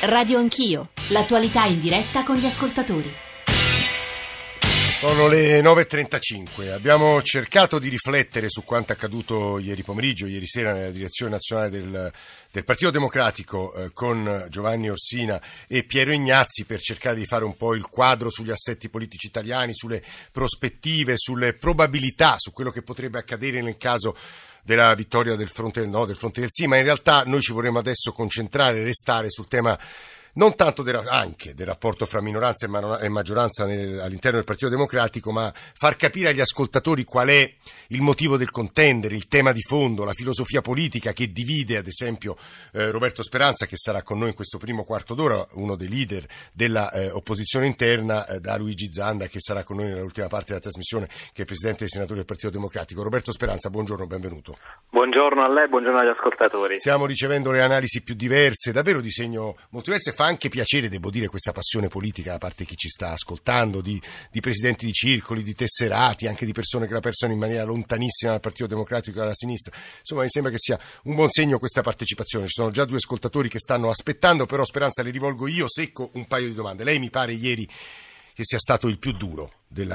Radio Anch'io, l'attualità in diretta con gli ascoltatori. Sono le 9.35, abbiamo cercato di riflettere su quanto accaduto ieri pomeriggio, ieri sera nella direzione nazionale del Partito Democratico con Giovanni Orsina e Piero Ignazzi per cercare di fare un po' il quadro sugli assetti politici italiani, sulle prospettive, sulle probabilità, su quello che potrebbe accadere nel caso della vittoria del fronte del sì, ma in realtà noi ci vorremmo adesso concentrare e restare sul tema non tanto anche del rapporto fra minoranza e maggioranza all'interno del Partito Democratico, ma far capire agli ascoltatori qual è il motivo del contendere, il tema di fondo, la filosofia politica che divide ad esempio Roberto Speranza, che sarà con noi in questo primo quarto d'ora, uno dei leader della opposizione interna, da Luigi Zanda, che sarà con noi nell'ultima parte della trasmissione, che è il presidente dei senatori del Partito Democratico. Roberto Speranza, buongiorno, benvenuto. Buongiorno a lei, buongiorno agli ascoltatori. Stiamo ricevendo le analisi più diverse, davvero di segno molto diverso. Fa anche piacere, devo dire, questa passione politica da parte di chi ci sta ascoltando, di presidenti di circoli, di tesserati, anche di persone che la pensano in maniera lontanissima dal Partito Democratico e dalla sinistra. Insomma, mi sembra che sia un buon segno questa partecipazione. Ci sono già 2 ascoltatori che stanno aspettando, però Speranza le rivolgo io secco un paio di domande. Lei mi pare ieri che sia stato il più duro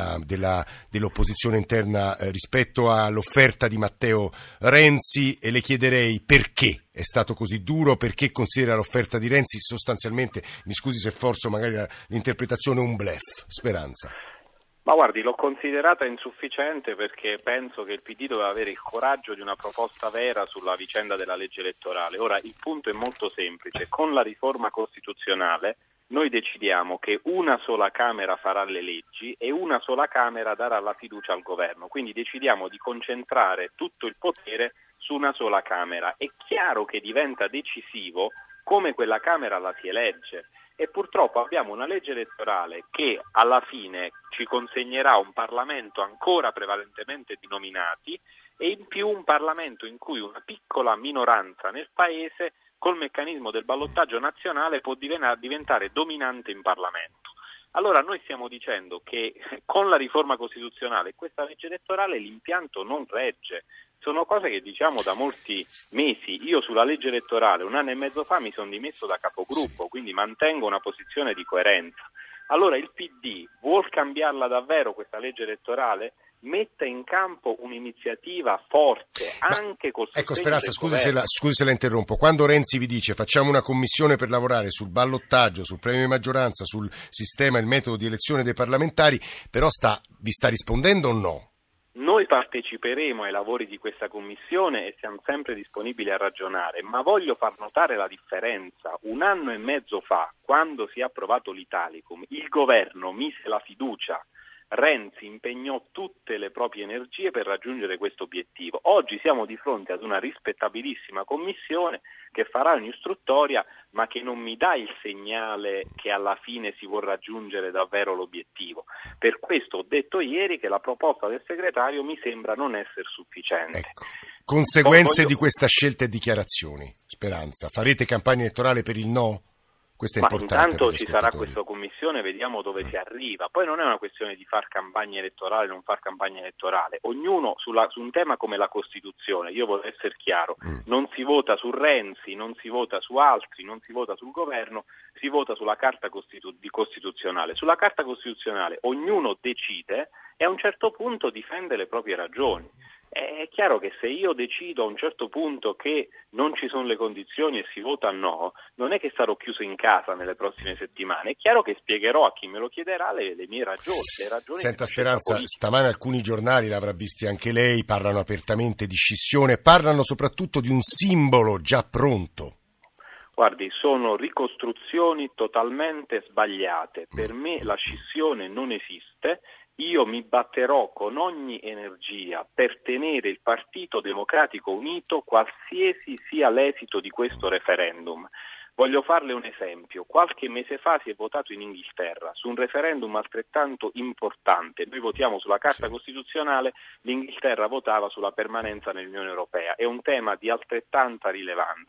dell'opposizione interna rispetto all'offerta di Matteo Renzi, e le chiederei perché è stato così duro, perché considera l'offerta di Renzi sostanzialmente, mi scusi se forzo magari l'interpretazione, un bluff. Speranza. Ma guardi, l'ho considerata insufficiente perché penso che il PD doveva avere il coraggio di una proposta vera sulla vicenda della legge elettorale. Ora, il punto è molto semplice. Con la riforma costituzionale noi decidiamo che una sola Camera farà le leggi e una sola Camera darà la fiducia al governo. Quindi decidiamo di concentrare tutto il potere su una sola Camera. È chiaro che diventa decisivo come quella Camera la si elegge. E purtroppo abbiamo una legge elettorale che alla fine ci consegnerà un Parlamento ancora prevalentemente di nominati e in più un Parlamento in cui una piccola minoranza nel Paese col meccanismo del ballottaggio nazionale può diventare dominante in Parlamento. Allora noi stiamo dicendo che con la riforma costituzionale questa legge elettorale l'impianto non regge. Sono cose che diciamo da molti mesi. Io sulla legge elettorale 1 anno e mezzo fa mi sono dimesso da capogruppo, quindi mantengo una posizione di coerenza. Allora il PD vuol cambiarla davvero questa legge elettorale? Metta in campo un'iniziativa forte, anche col sostegno. Ecco Speranza, scusi se la interrompo. Quando Renzi vi dice facciamo una commissione per lavorare sul ballottaggio, sul premio di maggioranza, sul sistema e il metodo di elezione dei parlamentari, però vi sta rispondendo o no? Noi parteciperemo ai lavori di questa commissione e siamo sempre disponibili a ragionare, ma voglio far notare la differenza. 1 anno e mezzo fa, quando si è approvato l'Italicum, il governo mise la fiducia. Renzi impegnò tutte le proprie energie per raggiungere questo obiettivo. Oggi siamo di fronte ad una rispettabilissima commissione che farà un'istruttoria, ma che non mi dà il segnale che alla fine si vuol raggiungere davvero l'obiettivo. Per questo ho detto ieri che la proposta del segretario mi sembra non essere sufficiente. Ecco. Conseguenze di questa scelta e dichiarazioni, Speranza. Farete campagna elettorale per il no? Questo è importante. Ma intanto ci sarà questa commissione, vediamo dove si arriva. Poi non è una questione di far campagna elettorale o non far campagna elettorale. Ognuno su un tema come la Costituzione, io voglio essere chiaro, non si vota su Renzi, non si vota su altri, non si vota sul governo, si vota sulla Carta Costituzionale. Sulla Carta Costituzionale ognuno decide e a un certo punto difende le proprie ragioni. È chiaro che se io decido a un certo punto che non ci sono le condizioni e si vota no, non è che sarò chiuso in casa nelle prossime settimane. È chiaro che spiegherò a chi me lo chiederà le mie ragioni. Senta Speranza, stamane alcuni giornali, l'avrà visti anche lei, parlano apertamente di scissione, parlano soprattutto di un simbolo già pronto. Guardi, sono ricostruzioni totalmente sbagliate. Per me la scissione non esiste. Io mi batterò con ogni energia per tenere il Partito Democratico unito qualsiasi sia l'esito di questo referendum. Voglio farle un esempio. Qualche mese fa si è votato in Inghilterra su un referendum altrettanto importante. Noi votiamo sulla Carta Costituzionale, l'Inghilterra votava sulla permanenza nell'Unione Europea. È un tema di altrettanta rilevanza.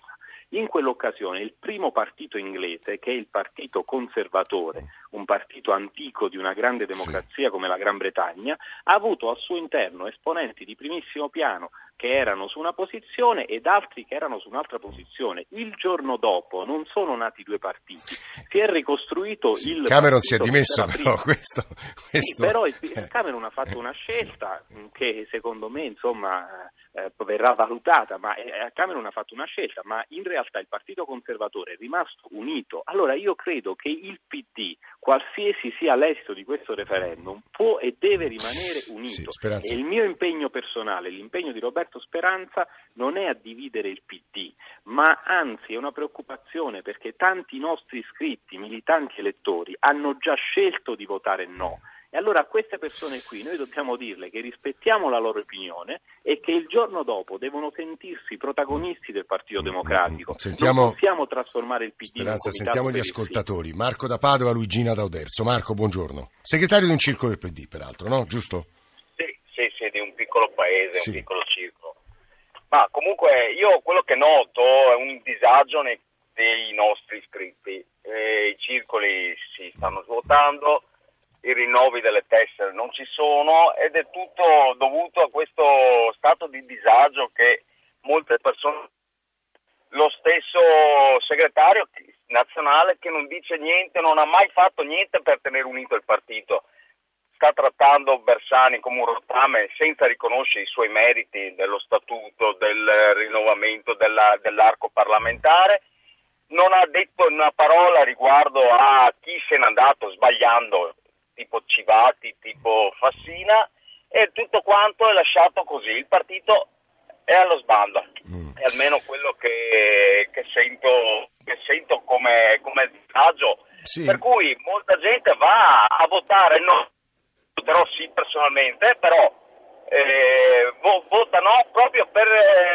In quell'occasione il primo partito inglese, che è il partito conservatore, un partito antico di una grande democrazia come la Gran Bretagna, ha avuto al suo interno esponenti di primissimo piano che erano su una posizione ed altri che erano su un'altra posizione. Il giorno dopo non sono nati due partiti, si è ricostruito il Cameron si è dimesso, però questo. Sì, però il Cameron ha fatto una scelta che secondo me verrà valutata, ma Cameron ha fatto una scelta, ma in realtà il partito conservatore è rimasto unito. Allora io credo che il PD, qualsiasi sia l'esito di questo referendum, può e deve rimanere unito. Sì, e il mio impegno personale, l'impegno di Roberto Speranza, non è a dividere il PD, ma anzi è una preoccupazione perché tanti nostri iscritti, militanti elettori hanno già scelto di votare no. E allora a queste persone qui noi dobbiamo dirle che rispettiamo la loro opinione e che il giorno dopo devono sentirsi protagonisti del Partito Democratico. Non possiamo trasformare il PD Speranza, in un sentiamo gli ascoltatori. Marco da Padova, Luigina da Oderzo. Marco, buongiorno. Segretario di un circolo del PD, peraltro, no? Giusto? Sì, di un piccolo paese, un piccolo circolo. Ma comunque io quello che noto è un disagio dei nostri iscritti. I circoli si stanno svuotando, i rinnovi delle tessere non ci sono ed è tutto dovuto a questo stato di disagio che molte persone, lo stesso segretario nazionale che non dice niente, non ha mai fatto niente per tenere unito il partito, sta trattando Bersani come un rottame senza riconoscere i suoi meriti dello statuto, del rinnovamento dell'arco parlamentare. Non ha detto una parola riguardo a chi se n'è andato sbagliando, tipo Civati, tipo Fassina, e tutto quanto è lasciato così. Il partito è allo sbando, è almeno quello che sento come disagio. Sì. Per cui molta gente va a votare no, voterò sì personalmente, però votano proprio per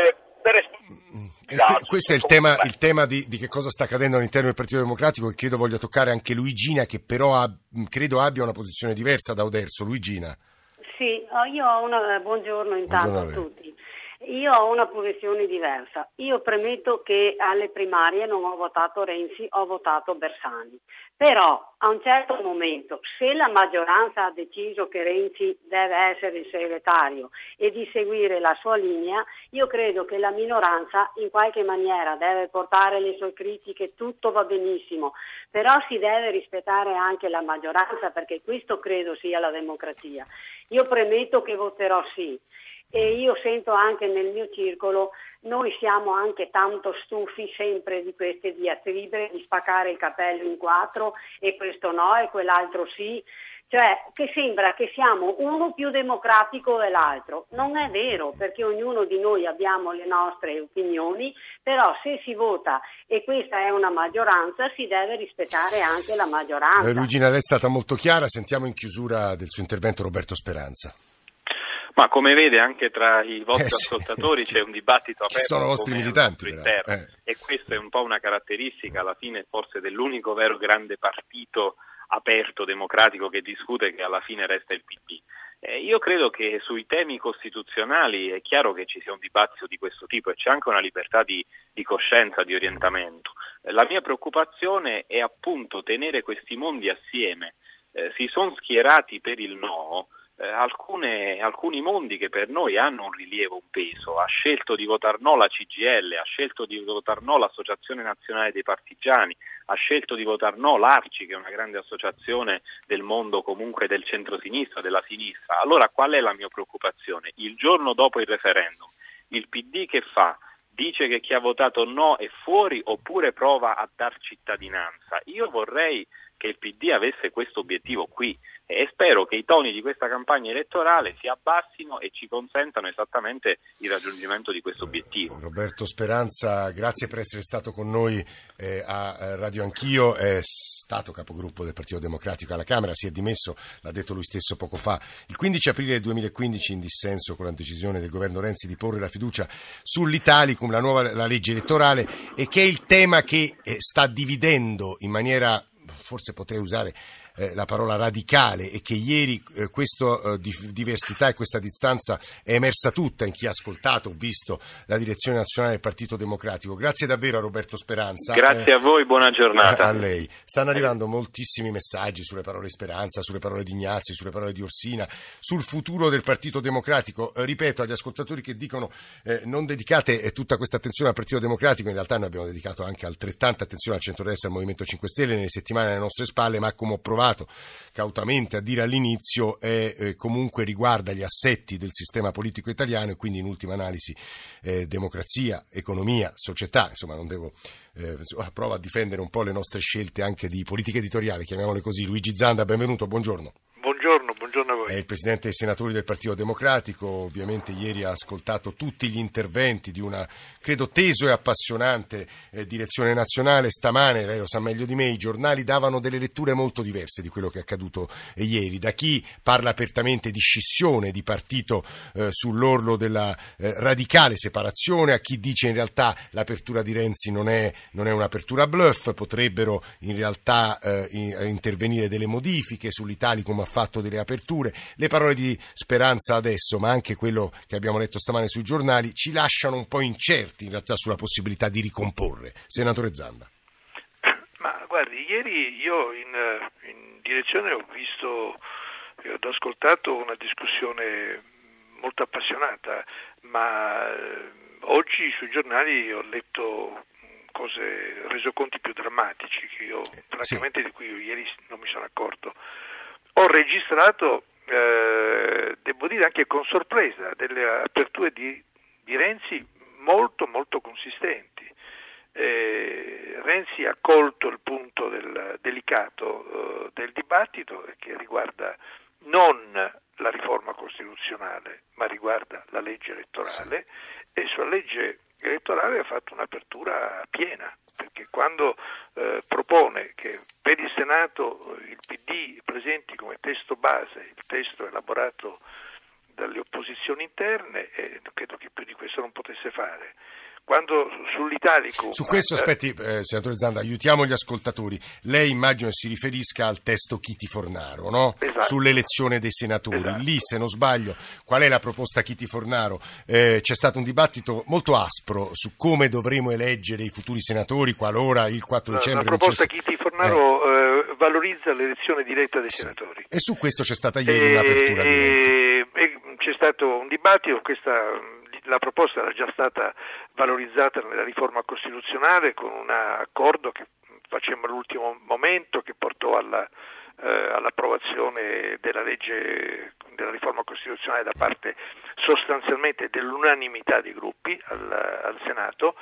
questo è il tema di che cosa sta accadendo all'interno del Partito Democratico, che credo voglia toccare anche Luigina, che però credo abbia una posizione diversa da Oderzo. Luigina. Sì, io ho buongiorno intanto a tutti. Io ho una posizione diversa. Io premetto che alle primarie non ho votato Renzi, ho votato Bersani. Però a un certo momento, se la maggioranza ha deciso che Renzi deve essere il segretario e di seguire la sua linea, io credo che la minoranza in qualche maniera deve portare le sue critiche, tutto va benissimo, però si deve rispettare anche la maggioranza, perché questo credo sia la democrazia. Io premetto che voterò sì. E io sento anche nel mio circolo, noi siamo anche tanto stufi sempre di queste diatribe, di spaccare il capello in quattro e questo no e quell'altro sì, cioè che sembra che siamo uno più democratico dell'altro. Non è vero, perché ognuno di noi abbiamo le nostre opinioni, però se si vota e questa è una maggioranza si deve rispettare anche la maggioranza. Luigina, lei è stata molto chiara, sentiamo in chiusura del suo intervento Roberto Speranza. Ma come vede anche tra i vostri ascoltatori c'è un dibattito aperto. Sono vostri militanti, e questa è un po' una caratteristica alla fine forse dell'unico vero grande partito aperto democratico che discute, che alla fine resta il PD. Io credo che sui temi costituzionali è chiaro che ci sia un dibattito di questo tipo e c'è anche una libertà di coscienza, di orientamento. La mia preoccupazione è appunto tenere questi mondi assieme. Si sono schierati per il no alcuni mondi che per noi hanno un rilievo, un peso. Ha scelto di votar no la CGIL, ha scelto di votar no l'Associazione Nazionale dei Partigiani, ha scelto di votar no l'ARCI, che è una grande associazione del mondo comunque del centro-sinistra, della sinistra. Allora qual è la mia preoccupazione? Il giorno dopo il referendum, il PD che fa? Dice che chi ha votato no è fuori oppure prova a dar cittadinanza? Io vorrei che il PD avesse questo obiettivo qui e spero che i toni di questa campagna elettorale si abbassino e ci consentano esattamente il raggiungimento di questo obiettivo. Roberto Speranza, grazie per essere stato con noi a Radio Anch'io. È stato capogruppo del Partito Democratico alla Camera, si è dimesso, l'ha detto lui stesso poco fa, il 15 aprile del 2015 in dissenso con la decisione del governo Renzi di porre la fiducia sull'Italicum, la legge elettorale, e che è il tema che sta dividendo in maniera, forse potrei usare la parola radicale, e che ieri questa diversità e questa distanza è emersa tutta in chi ha ascoltato, ho visto la direzione nazionale del Partito Democratico. Grazie davvero a Roberto Speranza. Grazie a voi, buona giornata. A lei. Stanno arrivando moltissimi messaggi sulle parole di Speranza, sulle parole di Ignazio, sulle parole di Orsina, sul futuro del Partito Democratico. Ripeto agli ascoltatori che dicono non dedicate tutta questa attenzione al Partito Democratico, in realtà noi abbiamo dedicato anche altrettanta attenzione al centrodestra e al Movimento 5 Stelle nelle settimane alle nostre spalle, ma come ho provato cautamente a dire all'inizio comunque riguarda gli assetti del sistema politico italiano e quindi in ultima analisi democrazia, economia, società, insomma non devo provo a difendere un po' le nostre scelte anche di politica editoriale, chiamiamole così. Luigi Zanda, benvenuto, buongiorno. Buongiorno a voi. È il presidente dei senatori del Partito Democratico, ovviamente ieri ha ascoltato tutti gli interventi di una, credo, teso e appassionante direzione nazionale. Stamane, lei lo sa meglio di me, i giornali davano delle letture molto diverse di quello che è accaduto ieri, da chi parla apertamente di scissione di partito sull'orlo della radicale separazione, a chi dice in realtà l'apertura di Renzi non è un'apertura bluff, potrebbero in realtà intervenire delle modifiche, sull'Italicum ha fatto delle aperture. Le parole di Speranza adesso, ma anche quello che abbiamo letto stamane sui giornali, ci lasciano un po' incerti in realtà sulla possibilità di ricomporre. Senatore Zanda. Ma guardi, ieri io in direzione ho visto e ho ascoltato una discussione molto appassionata, ma oggi sui giornali ho letto resoconti più drammatici che io francamente di cui ieri non mi sono accorto. Ho registrato, devo dire anche con sorpresa, delle aperture di Renzi molto molto consistenti. Renzi ha colto il punto delicato del dibattito, che riguarda non la riforma costituzionale, ma riguarda la legge elettorale, e sulla legge elettorale ha fatto un'apertura piena, perché quando propone che per il Senato il PD presenti come testo base il testo elaborato dalle opposizioni interne, credo che più di questo non potesse fare. Quando sull'Italicum... Su questo, aspetti, senatore Zanda, aiutiamo gli ascoltatori. Lei immagino si riferisca al testo Chiti Fornaro, no? Esatto. Sull'elezione dei senatori. Esatto. Lì, se non sbaglio, qual è la proposta Chiti Fornaro? C'è stato un dibattito molto aspro su come dovremo eleggere i futuri senatori qualora il 4 dicembre... La proposta Chiti Fornaro valorizza l'elezione diretta dei senatori. E su questo c'è stata ieri un'apertura di Renzi. C'è stato un dibattito, la proposta era già stata valorizzata nella riforma costituzionale con un accordo che facemmo all'ultimo momento, che portò all'approvazione della legge della riforma costituzionale da parte sostanzialmente dell'unanimità dei gruppi al Senato,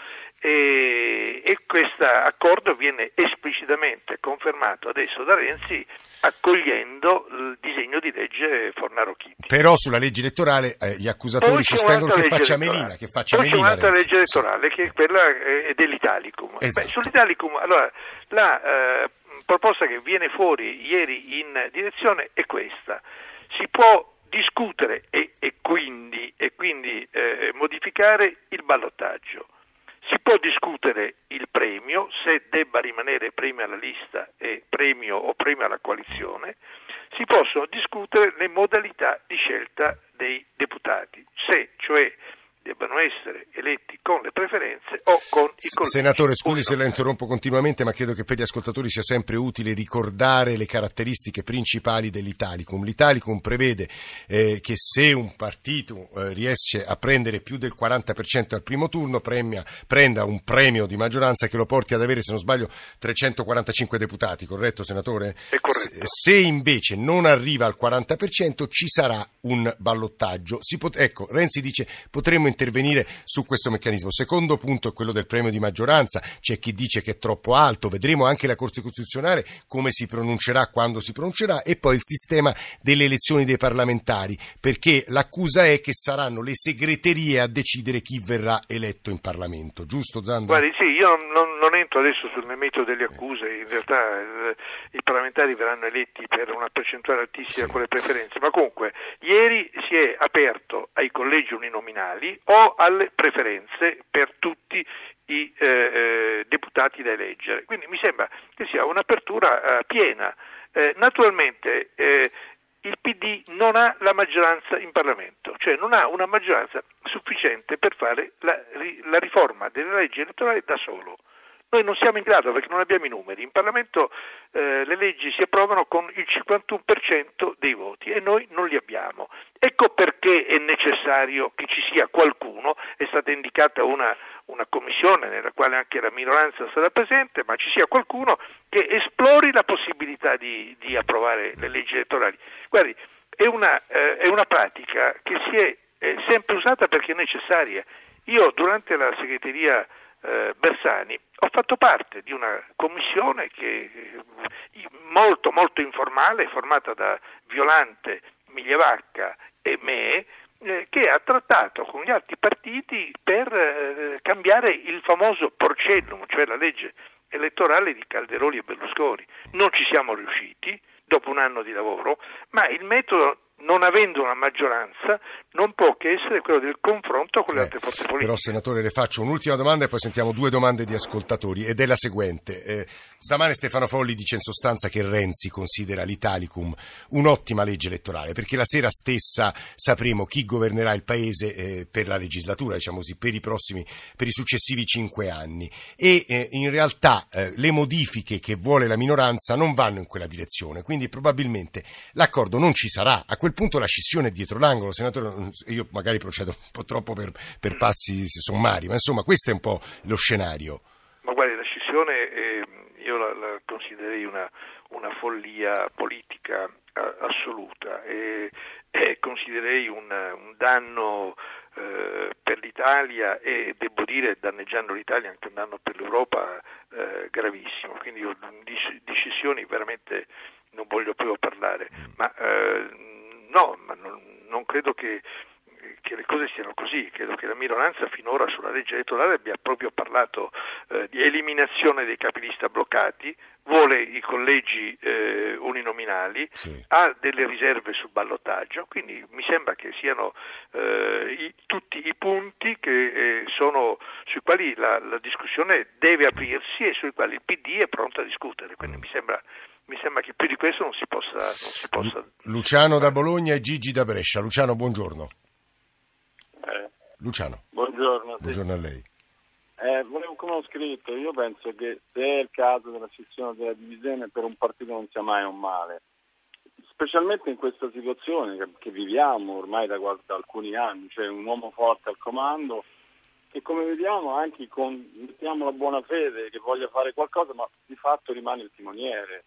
e questo accordo viene esplicitamente confermato adesso da Renzi accogliendo il disegno di legge Fornaro-Chiti. Però sulla legge elettorale gli accusatori sostengono che faccia melina. Poi c'è un'altra legge elettorale che è quella dell'Italicum. Esatto. Sull'Italicum, allora, la proposta che viene fuori ieri in direzione è questa: si può discutere e quindi modificare il ballottaggio. Si può discutere il premio, se debba rimanere premio alla lista e premio alla coalizione. Si possono discutere le modalità di scelta dei deputati, se cioè debbano essere eletti con le preferenze o con i collegi. Senatore, scusi se la interrompo continuamente, ma credo che per gli ascoltatori sia sempre utile ricordare le caratteristiche principali dell'Italicum. L'Italicum prevede che se un partito riesce a prendere più del 40% al primo turno, prenda un premio di maggioranza che lo porti ad avere, se non sbaglio, 345 deputati, corretto senatore? È corretto. Se invece non arriva al 40% ci sarà un ballottaggio. Ecco, Renzi dice potremmo intervenire su questo meccanismo. Secondo punto è quello del premio di maggioranza. C'è chi dice che è troppo alto, vedremo anche la Corte Costituzionale come si pronuncerà, quando si pronuncerà, e poi il sistema delle elezioni dei parlamentari, perché l'accusa è che saranno le segreterie a decidere chi verrà eletto in Parlamento, giusto Zanda? Guardi, sì, io non entro adesso sul metodo delle accuse, in realtà i parlamentari verranno eletti per una percentuale altissima con le preferenze, ma comunque ieri si è aperto ai collegi uninominali o alle preferenze per tutti i deputati deputati da eleggere. Quindi mi sembra che sia un'apertura piena. Naturalmente il PD non ha la maggioranza in Parlamento, cioè non ha una maggioranza sufficiente per fare la riforma delle leggi elettorali da solo. Noi non siamo in grado perché non abbiamo i numeri. In Parlamento le leggi si approvano con il 51% dei voti e noi non li abbiamo. Ecco perché è necessario che ci sia qualcuno, è stata indicata una commissione nella quale anche la minoranza sarà presente, ma ci sia qualcuno che esplori la possibilità di approvare le leggi elettorali. Guardi, è una pratica che si è sempre usata perché è necessaria. Io durante la segreteria Bersani ho fatto parte di una commissione che molto molto informale, formata da Violante, Migliavacca e me, che ha trattato con gli altri partiti per cambiare il famoso Porcellum, cioè la legge elettorale di Calderoli e Berlusconi. Non ci siamo riusciti dopo un anno di lavoro, ma il metodo, non avendo una maggioranza, non può che essere quello del confronto con le altre forze politiche. Però, senatore, le faccio un'ultima domanda e poi sentiamo due domande di ascoltatori, ed è la seguente. Stamane Stefano Folli dice in sostanza che Renzi considera l'Italicum un'ottima legge elettorale, perché la sera stessa sapremo chi governerà il Paese per la legislatura, diciamo così, per i successivi 5 anni. E in realtà le modifiche che vuole la minoranza non vanno in quella direzione, quindi probabilmente l'accordo non ci sarà. A quel punto la scissione è dietro l'angolo, senatore. Io magari procedo un po' troppo per passi sommari, ma insomma questo è un po' lo scenario. Ma guardi, la scissione io la considererei una follia politica assoluta e considererei un danno per l'Italia e, devo dire, danneggiando l'Italia, anche un danno per l'Europa gravissimo. Quindi io di scissioni veramente non voglio più parlare, ma non credo che le cose siano così. Credo che la minoranza finora sulla legge elettorale abbia proprio parlato di eliminazione dei capilista bloccati, vuole i collegi uninominali, sì, ha delle riserve sul ballottaggio, quindi mi sembra che siano tutti i punti che sono sui quali la discussione deve aprirsi e sui quali il PD è pronto a discutere, quindi mi sembra che più di questo non si possa. Luciano da Bologna e Gigi da Brescia. Luciano, buongiorno. Luciano. Buongiorno. Buongiorno a lei. Come ho scritto, io penso che se è il caso della scissione della divisione, per un partito non sia mai un male, specialmente in questa situazione che viviamo ormai da alcuni anni, cioè un uomo forte al comando che, come vediamo, anche mettiamo la buona fede che voglia fare qualcosa, ma di fatto rimane il timoniere.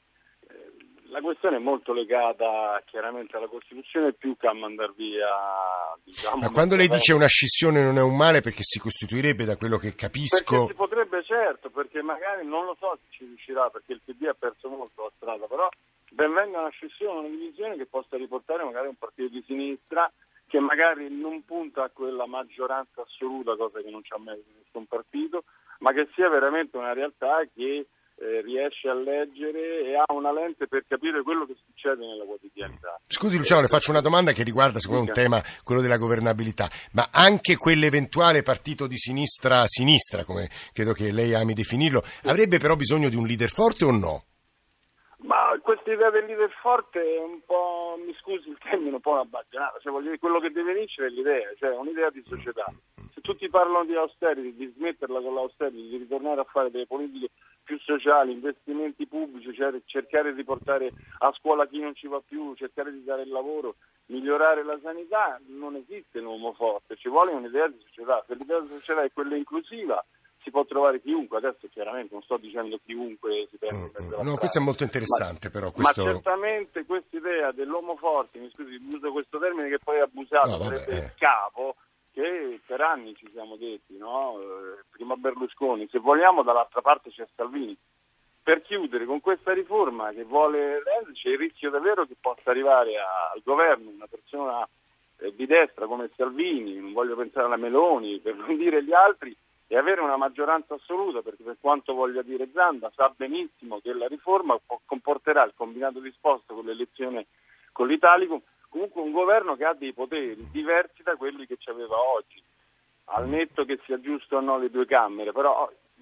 La questione è molto legata chiaramente alla Costituzione più che a mandar via, diciamo. Ma quando lei dice una scissione non è un male, perché si costituirebbe, da quello che capisco. Perché si potrebbe, certo, perché magari non lo so se ci riuscirà, perché il PD ha perso molto la strada, però ben venga una scissione, una divisione che possa riportare magari un partito di sinistra che magari non punta a quella maggioranza assoluta, cosa che non c'ha mai nessun partito, ma che sia veramente una realtà che riesce a leggere e ha una lente per capire quello che succede nella quotidianità. Scusi Luciano, le faccio una domanda che riguarda secondo me un tema, quello della governabilità, ma anche quell'eventuale partito di sinistra, come credo che lei ami definirlo, avrebbe però bisogno di un leader forte o no? Ma questa idea del leader forte è un po', mi scusi il termine, un po' una baggianata, cioè voglio dire, quello che deve vincere è l'idea, cioè un'idea di società. Se tutti parlano di austerity, di smetterla con l'austerity, di ritornare a fare delle politiche più sociali, investimenti pubblici, cioè cercare di portare a scuola chi non ci va più, cercare di dare il lavoro, migliorare la sanità, non esiste l'uomo forte, ci vuole un'idea di società. Se l'idea di società è quella inclusiva, si può trovare chiunque. Adesso chiaramente non sto dicendo chiunque si perde per la no, questo è molto interessante, ma certamente questa idea dell'uomo forte, mi scusi, uso questo termine che poi è abusato, sarebbe il capo, che per anni ci siamo detti, no? Prima Berlusconi, se vogliamo dall'altra parte c'è Salvini. Per chiudere, con questa riforma che vuole Renzi c'è il rischio davvero che possa arrivare al governo una persona di destra come Salvini, non voglio pensare alla Meloni, per non dire gli altri, e avere una maggioranza assoluta, perché per quanto voglia dire Zanda, sa benissimo che la riforma comporterà il combinato disposto con l'elezione con l'Italicum, comunque un governo che ha dei poteri diversi da quelli che ci aveva oggi, al netto che sia giusto o no le due Camere, però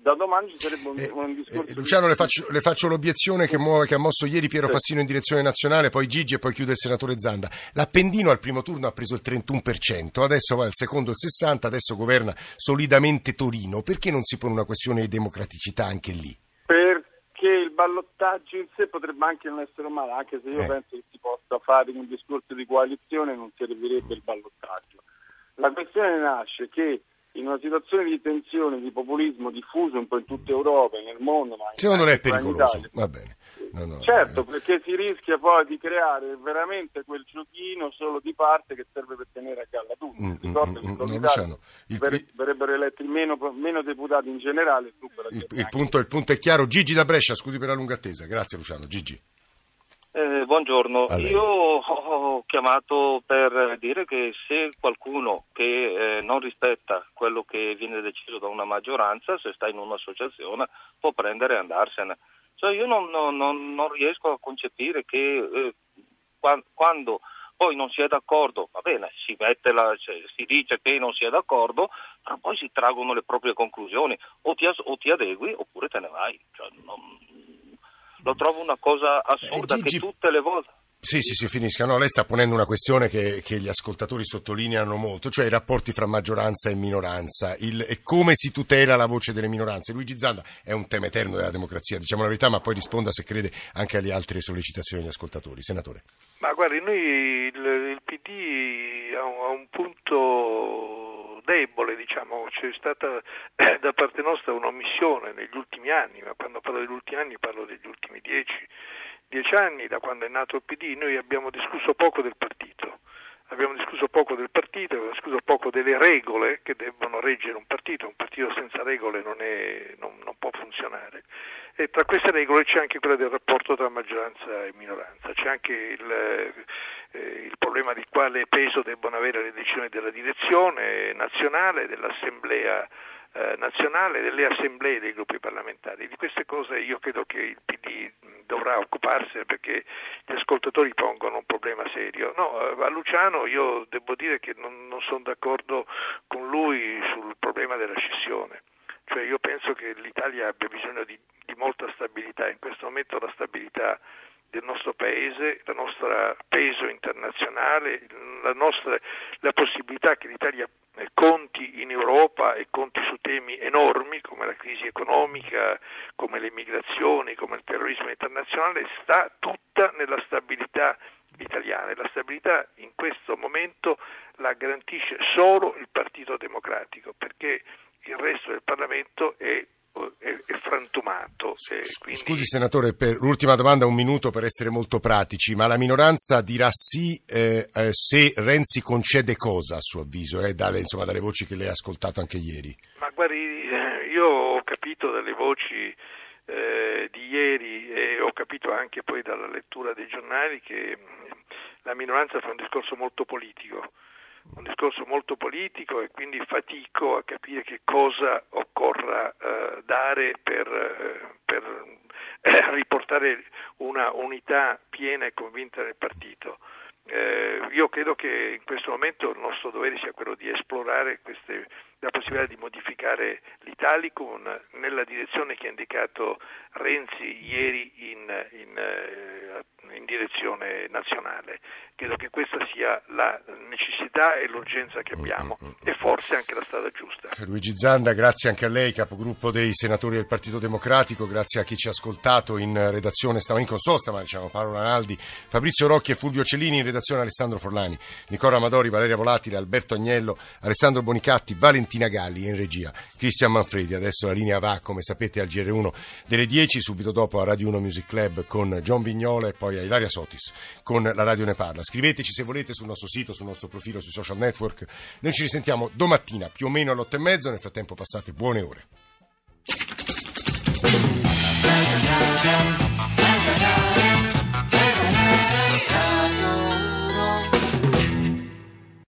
da domani ci sarebbe un discorso. Luciano, le faccio l'obiezione che ha mosso ieri Piero Fassino in direzione nazionale, poi Gigi e poi chiude il senatore Zanda. L'Appendino al primo turno ha preso il 31%, adesso va al secondo il 60%, adesso governa solidamente Torino. Perché non si pone una questione di democraticità anche lì? Perché il ballottaggio in sé potrebbe anche non essere male, anche se io penso che si possa fare un discorso di coalizione, non servirebbe il ballottaggio. La questione nasce che in una situazione di tensione, di populismo diffuso un po' in tutta Europa e nel mondo, ma secondo lei è pericoloso? Va bene. Certo, perché si rischia poi di creare veramente quel giochino solo di parte che serve per tenere a galla tutti. Ricordo che verrebbero eletti meno deputati in generale. Il punto è chiaro. Gigi da Brescia, scusi per la lunga attesa. Grazie Luciano. Gigi. Buongiorno, io ho chiamato per dire che se qualcuno che non rispetta quello che viene deciso da una maggioranza, se sta in un'associazione può prendere e andarsene. Cioè io non riesco a concepire che quando poi non si è d'accordo, va bene, si dice che non si è d'accordo, ma poi si traggono le proprie conclusioni, o ti adegui oppure te ne vai. Cioè, lo trovo una cosa assurda, Gigi, che tutte le volte... Sì, finisca. No, lei sta ponendo una questione che gli ascoltatori sottolineano molto, cioè i rapporti fra maggioranza e minoranza, e come si tutela la voce delle minoranze. Luigi Zanda è un tema eterno della democrazia, diciamo la verità, ma poi risponda se crede anche alle altre sollecitazioni degli ascoltatori. Senatore. Ma guardi, noi il PD ha un punto debole, diciamo, c'è stata da parte nostra un'omissione negli ultimi anni, ma quando parlo degli ultimi anni parlo degli ultimi 10 anni, da quando è nato il PD. Noi abbiamo discusso poco del partito, abbiamo discusso poco delle regole che debbono reggere un partito senza regole non può funzionare, e tra queste regole c'è anche quella del rapporto tra maggioranza e minoranza, c'è anche il problema di quale peso debbono avere le decisioni della direzione nazionale, dell'assemblea nazionale, delle assemblee dei gruppi parlamentari. Di queste cose io credo che il PD dovrà occuparsi, perché gli ascoltatori pongono un problema serio. A Luciano io devo dire che non sono d'accordo con lui sul problema della scissione. Cioè io penso che l'Italia abbia bisogno di molta stabilità. In questo momento la stabilità del nostro paese, il nostro peso internazionale, la possibilità che l'Italia conti in Europa e conti su temi enormi come la crisi economica, come le migrazioni, come il terrorismo internazionale, sta tutta nella stabilità italiana, e la stabilità in questo momento la garantisce solo il Partito Democratico, perché il resto del Parlamento è frantumato. Quindi... Scusi senatore, per l'ultima domanda, un minuto per essere molto pratici, ma la minoranza dirà sì se Renzi concede cosa, a suo avviso, dalle voci che lei ha ascoltato anche ieri? Ma guardi, io ho capito dalle voci di ieri, e ho capito anche poi dalla lettura dei giornali, che la minoranza fa un discorso molto politico, e quindi fatico a capire che cosa occorra dare per riportare una unità piena e convinta nel partito. Io credo che in questo momento il nostro dovere sia quello di esplorare la possibilità di modificare l'Italicum nella direzione che ha indicato Renzi ieri in direzione nazionale. Credo che questa sia la necessità e l'urgenza che abbiamo, e forse anche la strada giusta. Luigi Zanda, grazie anche a lei, capogruppo dei senatori del Partito Democratico, grazie a chi ci ha ascoltato in redazione, in consosta, ma diciamo Paolo Ranaldi, Fabrizio Rocchi e Fulvio Celini, in redazione Alessandro Forlani, Nicola Amadori, Valeria Volatile, Alberto Agnello, Alessandro Bonicatti, Valentina Galli, in regia Cristian Manfredi. Adesso la linea va, come sapete, al GR1 delle 10, subito dopo a Radio 1 Music Club con John Vignola e poi a Ilaria Sotis con La Radio Ne Parla. Scriveteci se volete sul nostro sito, sul nostro profilo, sui social network. Noi ci risentiamo domattina più o meno alle 8:30. Nel frattempo passate buone ore.